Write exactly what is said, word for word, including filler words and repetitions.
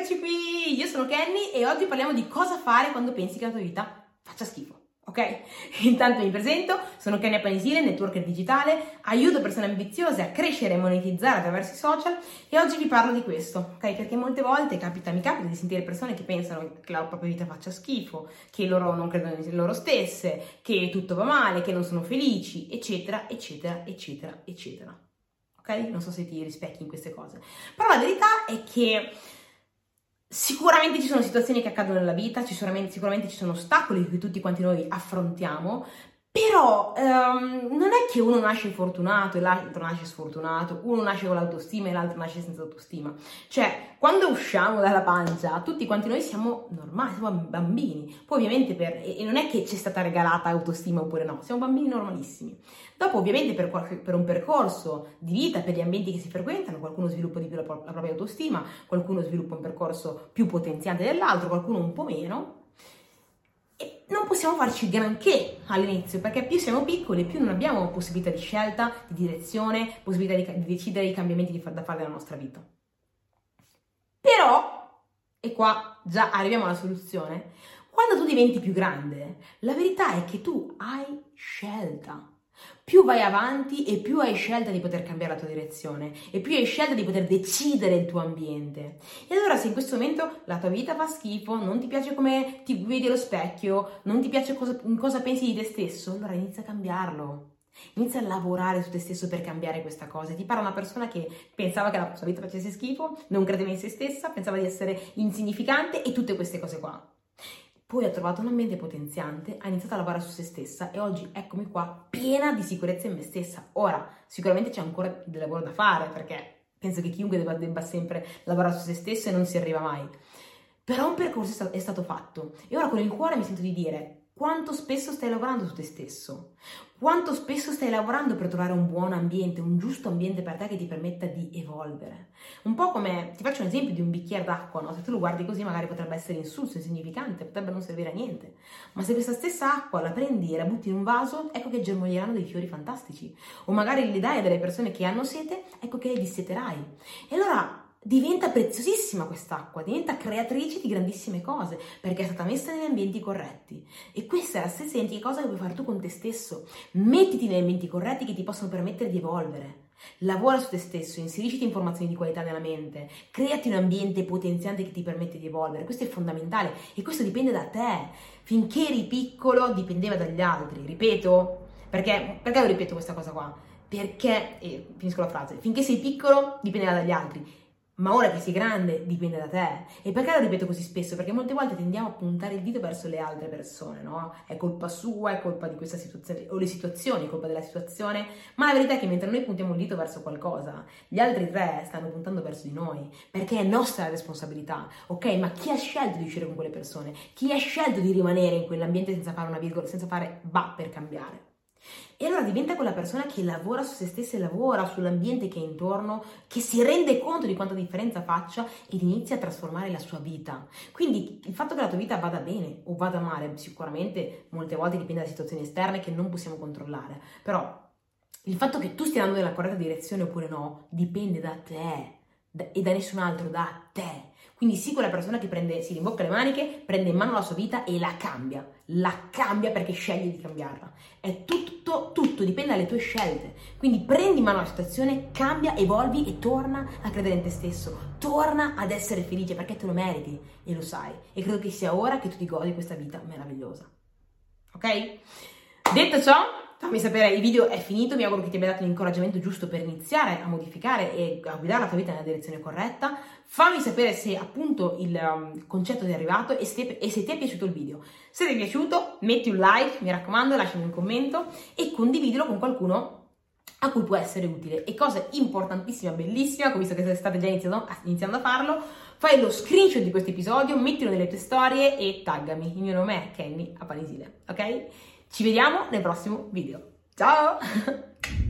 Eccoci qui, io sono Kenny e oggi parliamo di cosa fare quando pensi che la tua vita faccia schifo, ok? Intanto mi presento, sono Kenny Apanisile, networker digitale, aiuto persone ambiziose a crescere e monetizzare attraverso i social e oggi vi parlo di questo, ok? Perché molte volte capita, mi capita di sentire persone che pensano che la propria vita faccia schifo, che loro non credono in loro stesse, che tutto va male, che non sono felici, eccetera, eccetera, eccetera, eccetera. Ok? Non so se ti rispecchi in queste cose. Però la verità è che sicuramente ci sono situazioni che accadono nella vita, ci sicuramente, sicuramente ci sono ostacoli che tutti quanti noi affrontiamo, però ehm, non è che uno nasce fortunato e l'altro nasce sfortunato, uno nasce con l'autostima e l'altro nasce senza autostima. Cioè, quando usciamo dalla pancia, tutti quanti noi siamo normali, siamo bambini. Poi ovviamente, per, e non è che ci è stata regalata autostima oppure no, siamo bambini normalissimi. Dopo ovviamente per, per un percorso di vita, per gli ambienti che si frequentano, qualcuno sviluppa di più la, la propria autostima, qualcuno sviluppa un percorso più potenziante dell'altro, qualcuno un po' meno. E non possiamo farci granché all'inizio, perché più siamo piccoli, più non abbiamo possibilità di scelta, di direzione, possibilità di, di decidere i cambiamenti di, da fare nella nostra vita. Però, e qua già arriviamo alla soluzione, quando tu diventi più grande, la verità è che tu hai scelta. Più vai avanti e più hai scelta di poter cambiare la tua direzione e più hai scelta di poter decidere il tuo ambiente. E allora se in questo momento la tua vita fa schifo, non ti piace come ti vedi allo specchio, non ti piace cosa, cosa pensi di te stesso, allora inizia a cambiarlo. Inizia a lavorare su te stesso per cambiare questa cosa. Ti parla una persona che pensava che la sua vita facesse schifo, non credeva in se stessa, pensava di essere insignificante e tutte queste cose qua. Poi ha trovato un ambiente potenziante, ha iniziato a lavorare su se stessa e oggi eccomi qua piena di sicurezza in me stessa. Ora, sicuramente c'è ancora del lavoro da fare perché penso che chiunque debba, debba sempre lavorare su se stesso e non si arriva mai. Però un percorso è stato fatto e ora con il cuore mi sento di dire quanto spesso stai lavorando su te stesso, quanto spesso stai lavorando per trovare un buon ambiente, un giusto ambiente per te che ti permetta di evolvere. Un po' come, ti faccio un esempio di un bicchiere d'acqua, no? Se tu lo guardi così magari potrebbe essere insulso, insignificante, potrebbe non servire a niente, ma se questa stessa acqua la prendi e la butti in un vaso, ecco che germoglieranno dei fiori fantastici, o magari li dai a delle persone che hanno sete, ecco che le disseterai. E allora diventa preziosissima quest'acqua, diventa creatrice di grandissime cose, perché è stata messa negli ambienti corretti. E questa è la stessa identica cosa che puoi fare tu con te stesso. Mettiti negli ambienti corretti che ti possono permettere di evolvere. Lavora su te stesso, inserisciti informazioni di qualità nella mente, creati un ambiente potenziante che ti permette di evolvere. Questo è fondamentale e questo dipende da te. Finché eri piccolo dipendeva dagli altri. Ripeto, perché, perché lo ripeto questa cosa qua? Perché, e finisco la frase, finché sei piccolo dipendeva dagli altri. Ma ora che sei grande dipende da te. E perché lo ripeto così spesso? Perché molte volte tendiamo a puntare il dito verso le altre persone, no? È colpa sua, è colpa di questa situazione, o le situazioni, è colpa della situazione. Ma la verità è che mentre noi puntiamo il dito verso qualcosa, gli altri tre stanno puntando verso di noi. Perché è nostra responsabilità, ok? Ma chi ha scelto di uscire con quelle persone? Chi ha scelto di rimanere in quell'ambiente senza fare una virgola, senza fare va per cambiare? E allora diventa quella persona che lavora su se stessa e lavora sull'ambiente che è intorno, che si rende conto di quanta differenza faccia ed inizia a trasformare la sua vita. Quindi il fatto che la tua vita vada bene o vada male, sicuramente molte volte dipende da situazioni esterne che non possiamo controllare, però il fatto che tu stia andando nella corretta direzione oppure no, dipende da te da, e da nessun altro, da te. Quindi sii quella persona che prende, si rimbocca le maniche, prende in mano la sua vita e la cambia. La cambia perché sceglie di cambiarla. È tutto, tutto dipende dalle tue scelte. Quindi prendi in mano la situazione, cambia, evolvi e torna a credere in te stesso. Torna ad essere felice perché te lo meriti e lo sai. E credo che sia ora che tu ti godi questa vita meravigliosa. Ok? Detto ciò, fammi sapere, il video è finito, mi auguro che ti abbia dato l'incoraggiamento giusto per iniziare a modificare e a guidare la tua vita nella direzione corretta. Fammi sapere se appunto il um, concetto ti è arrivato e se, e se ti è piaciuto il video. Se ti è piaciuto, metti un like, mi raccomando, lasciami un commento e condividilo con qualcuno a cui può essere utile. E cosa importantissima, bellissima, visto che state già iniziando, iniziando a farlo, fai lo screenshot di questo episodio, mettilo nelle tue storie e taggami. Il mio nome è Kenny Apanisile, ok? Ci vediamo nel prossimo video. Ciao!